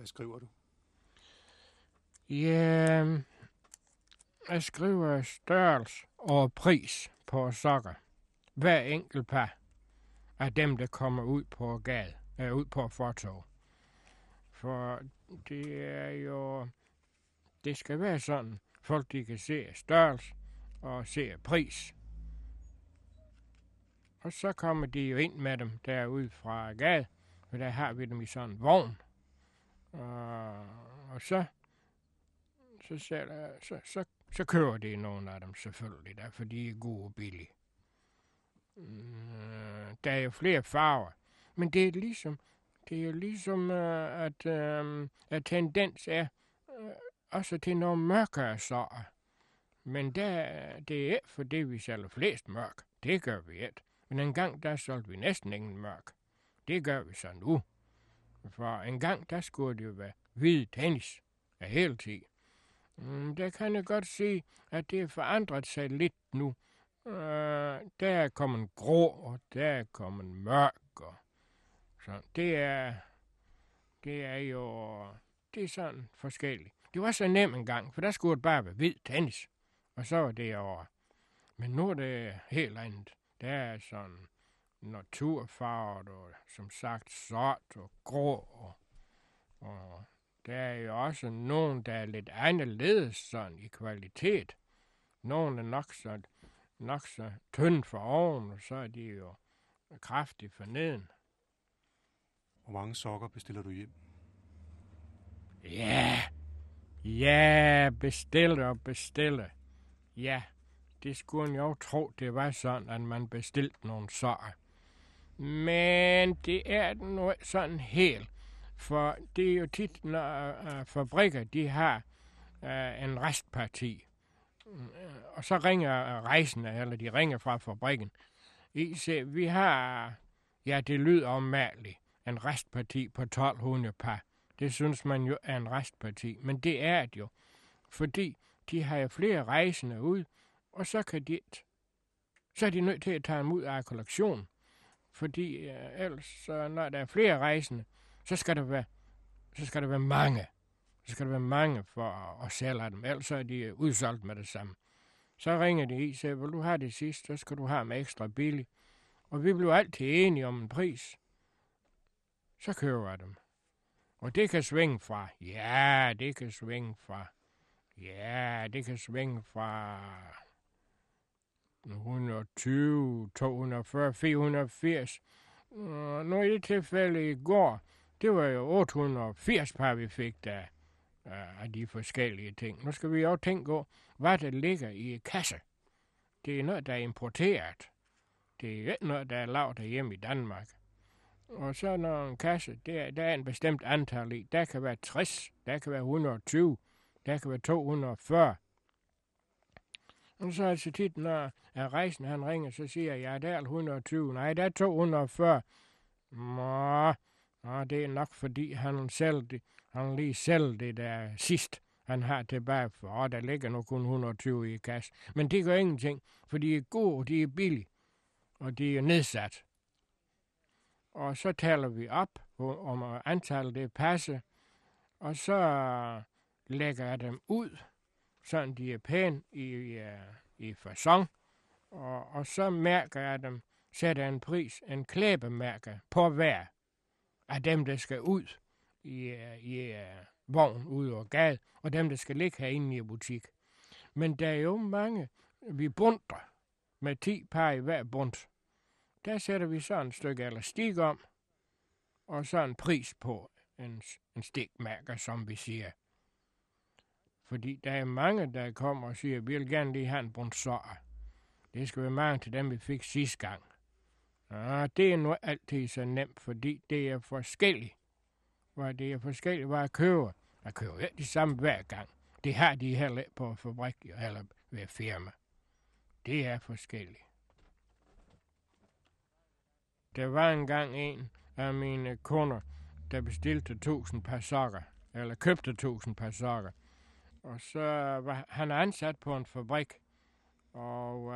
skriver du? Ja, jeg skriver størrelse og pris på sokker. Hver enkelt par af dem, der kommer ud på ud på fortov. For det er jo... Det skal være sådan, folk de kan se størrelse og se pris. Og så kommer de jo ind med dem derude fra gaden, for der har vi dem i sådan en vogn. Og så kører de nogle af dem selvfølgelig, der, for de er gode og billige. Der er jo flere farver, men det er jo ligesom at tendens er også til nogle mørkere sokker. Men det er ikke fordi vi sælger flest mørk. Det gør vi ikke. Men en gang der solgte vi næsten ingen mørk. Det gør vi så nu. For en gang der skulle det jo være hvid tennis af hele tiden. Der kan jeg godt se, at det har forandret sig lidt nu. Der er kommet grå, og der er kommet mørk. Og så det er jo sådan forskelligt. Det var så nemt en gang, for der skulle det bare være hvid tennis. Og så var det over. Men nu er det helt andet. Der er sådan naturfarvet, og som sagt sort og grå. Og der er jo også nogen, der er lidt anderledes sådan i kvalitet. Nogen er nok så tynde for oven, og så er de jo kraftigt for neden. Hvor mange sokker bestiller du hjem? Ja, bestille. Ja, det skulle jeg jo tro, det var sådan, at man bestilte nogle sokker. Men det er nu sådan helt. For det er jo tit, når fabrikker de har en restparti. Og så ringer rejsende, eller de ringer fra fabrikken. Vi har, ja det lyder omærligt, en restparti på 1200 par. Det synes man jo er en restparti, men det er det jo. Fordi de har jo flere rejsende ud, og så er de nødt til at tage dem ud af kollektionen. Fordi ellers, når der er flere rejsende, så skal der være mange. Så skal der være mange for at sælge dem, ellers er de udsolgt med det samme. Så ringer de i og siger, vil du have det sidste, så skal du have dem ekstra billigt. Og vi bliver altid enige om en pris. Så køber jeg dem. Og det kan svinge fra, det kan svinge fra 120, 240, 480. Nu i det tilfælde i går, det var jo 880 par, vi fik der af de forskellige ting. Nu skal vi jo tænke på, hvad der ligger i kasse. Det er noget, der er importeret. Det er ikke noget, der er lavet hjemme i Danmark. Og så når en kasse, der er en bestemt antal i. Der kan være 60, der kan være 120, der kan være 240. Og så er det så tit, når rejsen han ringer, så siger jeg, ja, der er 120. Nej, der er 240. Nå, det er nok fordi, han lige sælger det der sidst, han har tilbage for. Der ligger nu kun 120 i kasse. Men det gør ingenting, for de er gode, de er billige, og de er nedsat. Og så taler vi op, om antallet det passer, og så lægger jeg dem ud, sådan de er pæne i fasong, og så mærker jeg dem, sætter en pris, en klæbemærke på hver af dem, der skal ud i vogn ud over gade, og dem, der skal ligge herinde i butik. Men der er jo mange, vi bunter med 10 par i hver bunt. Der sætter vi sådan et stykke elastik om, og så en pris på en stikmærker, som vi siger. Fordi der er mange, der kommer og siger, vi vil gerne lige have en bunt sokker. Det skal være mange til dem, vi fik sidste gang. Det er nu altid så nemt, fordi det er forskelligt. Det er forskelligt, hvad jeg køber. Jeg køber ikke de samme hver gang. Det har de heller ikke på fabrik eller ved firma. Det er forskelligt. Der var engang en af mine kunder, der bestilte 1000 par sokker, eller købte 1000 par sokker. Og så var han ansat på en fabrik, og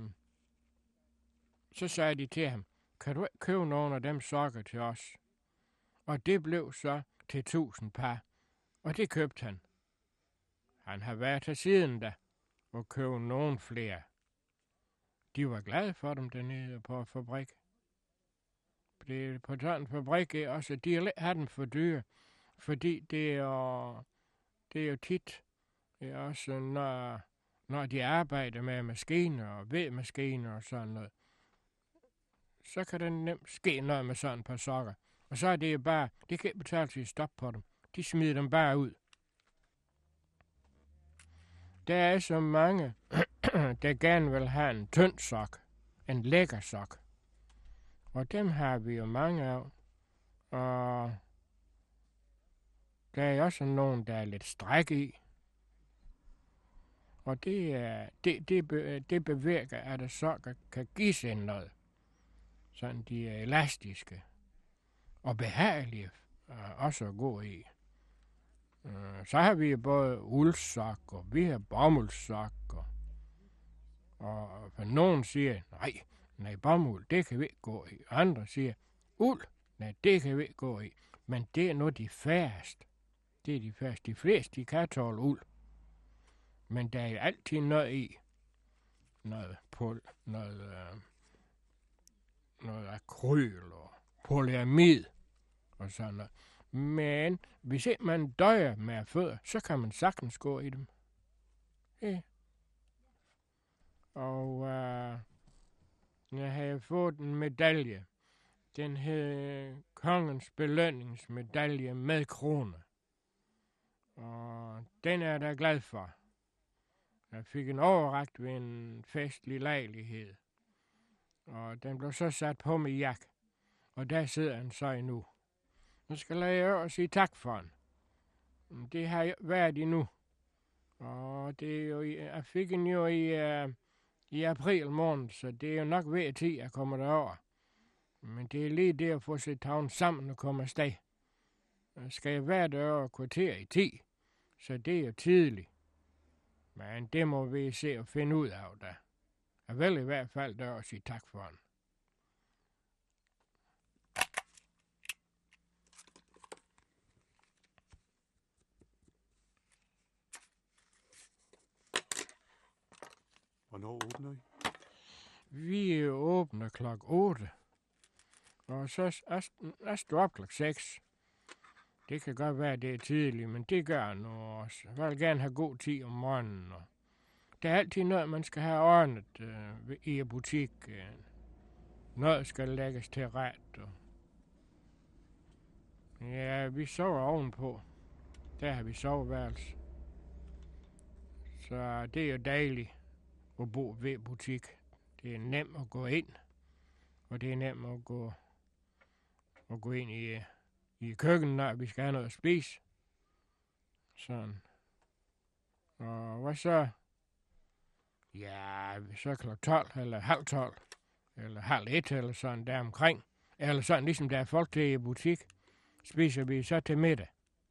så sagde de til ham, kan du ikke købe nogle af dem sokker til os? Og det blev så til 1000 par, og det købte han. Han har været her siden da, og købt nogen flere. De var glade for dem dernede på fabrik. På sådan en fabrik er også, de har den for dyre, fordi det er jo tit, det er også når de arbejder med maskiner og vedmaskiner og sådan noget, så kan det nemt ske noget med sådan et par sokker. Og så er det jo bare, det kan ikke betale sig at stoppe på dem. De smider dem bare ud. Der er så mange, der gerne vil have en tynd sok, en lækker sok. Og dem har vi jo mange af. Og der er også nogen, der er lidt stræk i. Og det bevirker, at der sokker kan give sig noget. Sådan de er elastiske og behagelige også at gå i. Så har vi både uldsok, og vi har bomuldssok, og for nogen siger, nej, bomuld, det kan vi ikke gå i. Andre siger, uld, nej, det kan vi ikke gå i. Men det er nu de færreste. Det er de færreste. De fleste, de kan tåle uld. Men der er jo altid noget i. Noget akryl og polyamid og sådan noget. Men hvis ikke man døjer med fødder, så kan man sagtens gå i dem. Ja. Og jeg havde fået en medalje. Den hed Kongens belønningsmedalje med krone. Og den er jeg da glad for. Jeg fik en overrakt ved en festlig lejlighed. Og den blev så sat på med jakke. Og der sidder han så endnu. Nu skal jeg også sige tak for den. Det har jeg været endnu. Og det er jo, jeg fik den jo i april måned, så det er jo nok ved tid, jeg kommer derover. Men det er lige det at få sig tavlen sammen og komme afsted. Skal jeg være derovre kvarter i 10, så det er jo tidligt. Men det må vi se og finde ud af da. Jeg vil i hvert fald derovre sige tak for den. Hvornår åbner I? Vi åbner klokken 8. Og så jeg står op klokken 6. Det kan godt være, det er tidligt, men det gør jeg nu også. Jeg vil gerne have god tid om morgenen. Og der er altid noget, man skal have ordnet i butik. Noget skal lægges til ret. Og ja, vi sover ovenpå. Der har vi soveværelse. Så det er jo dejligt at bo ved butik. Det er nemt at gå ind, og det er nemt at gå ind i køkkenet, når vi skal have noget at spise. Sådan. Og hvad så? Ja, så klokken 12, eller halv 12, eller halv 1, eller sådan der omkring. Eller sådan, ligesom der er folk til i butik, spiser vi så til middag.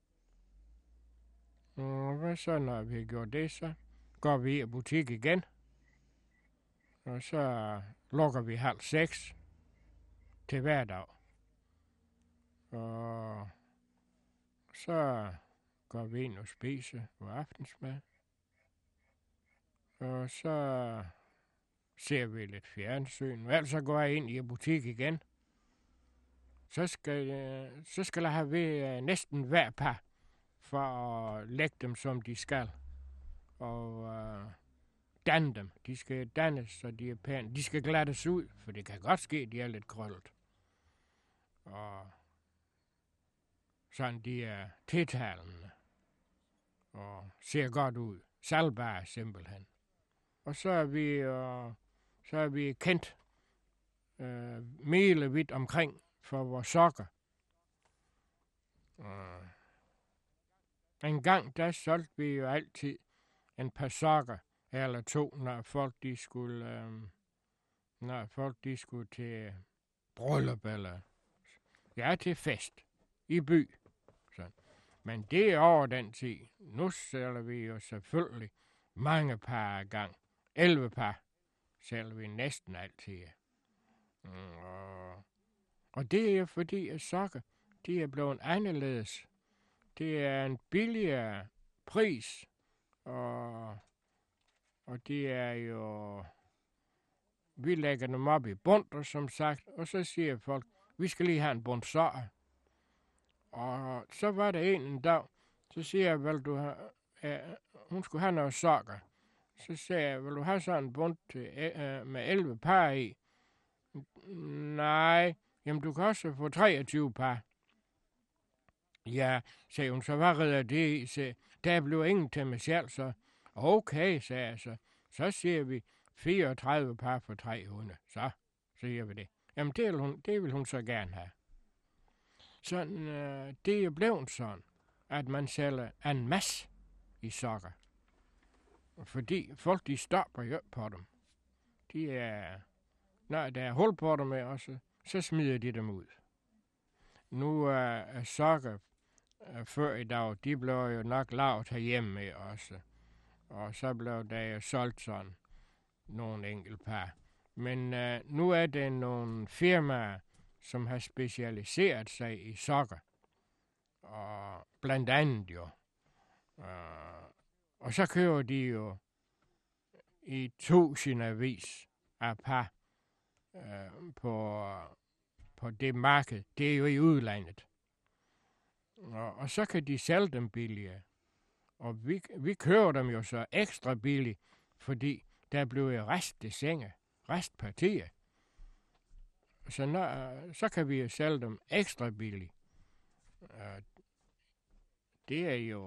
Og hvad så, når vi har gjort det, så går vi i butik igen. Og så lukker vi halv 6 til hver dag. Og så går vi ind og spiser på aftensmad. Og så ser vi lidt fjernsyn. Og ellers så går jeg ind i butik igen. Så skal jeg have ved næsten hver par, for at lægge dem, som de skal. Og danne dem. De skal dannes, så de er pæne. De skal glattes ud, for det kan godt ske, at de er lidt krøllet. Og sådan de er tiltalende. Og ser godt ud. Salgbare simpelthen. Og så er vi kendt milevidt omkring for vores sokker. En gang der solgte vi jo altid en par sokker eller to, når folk de skulle til bryllup eller til fest i by. Sådan. Men det er over den tid. Nu sælger vi jo selvfølgelig mange par gang. 11 par sælger vi næsten altid. Og det er jo fordi, at sokker, de er blevet anderledes det er en billigere pris, og det er jo, vi lægger dem op i bundter, som sagt, og så siger folk, vi skal lige have en bund sokker. Og så var der en dag, så siger jeg, vel, hun skulle have noget sokker. Så sagde jeg, vil du have sådan en bund med 11 par i? Nej, jamen du kan også få 23 par. Ja, sagde hun, så hvad redder det i? Så der blev ingen til mig selv, så okay, sagde jeg så. Så siger vi 34 par for 300. Så siger vi det. Jamen det vil hun så gerne have. Sådan, det er jo blevet sådan, at man sælger en masse i sokker. Fordi folk, de stopper jo på dem. Når der er hul på dem også, så smider de dem ud. Nu er sokker før i dag, de blev jo nok lavet herhjemme også. Og så blev der jo solgt sådan nogle enkelt par. Men nu er det nogle firmaer, som har specialiseret sig i sokker. Og blandt andet jo. Og så køber de jo i tusindvis af par på det marked. Det er jo i udlandet. Og så kan de sælge dem billigere. Og vi køber dem jo så ekstra billigt, fordi der bliver restpartier. Så kan vi jo sælge dem ekstra billigt. Det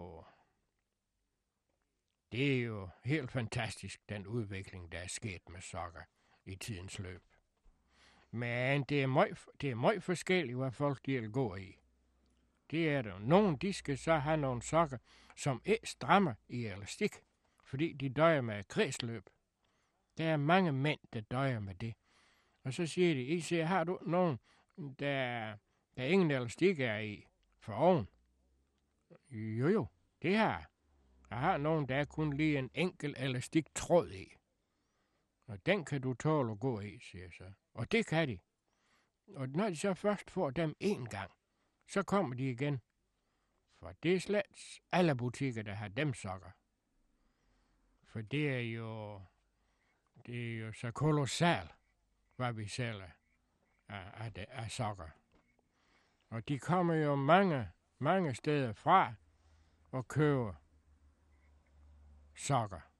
er jo helt fantastisk, den udvikling, der er sket med sokker i tidens løb. Men det er meget forskelligt, hvad folk de vil gå i. Det er der. Nogle, de skal så have nogle sokker, som ikke strammer i elastik, fordi de døjer med kredsløb. Der er mange mænd, der døjer med det. Og så siger de, I siger, har du nogen, der ingen elastik er i for oven? Jo, det har jeg. Jeg har nogen, der er kun lige en enkelt elastik tråd i. Og den kan du tåle at gå i, siger jeg så. Og det kan de. Og når de så først får dem en gang, så kommer de igen. For det er slet alle butikker, der har dem sokker. For det er jo så kolossalt, hvad vi sælger af sokker. Og de kommer jo mange steder fra og køber sokker.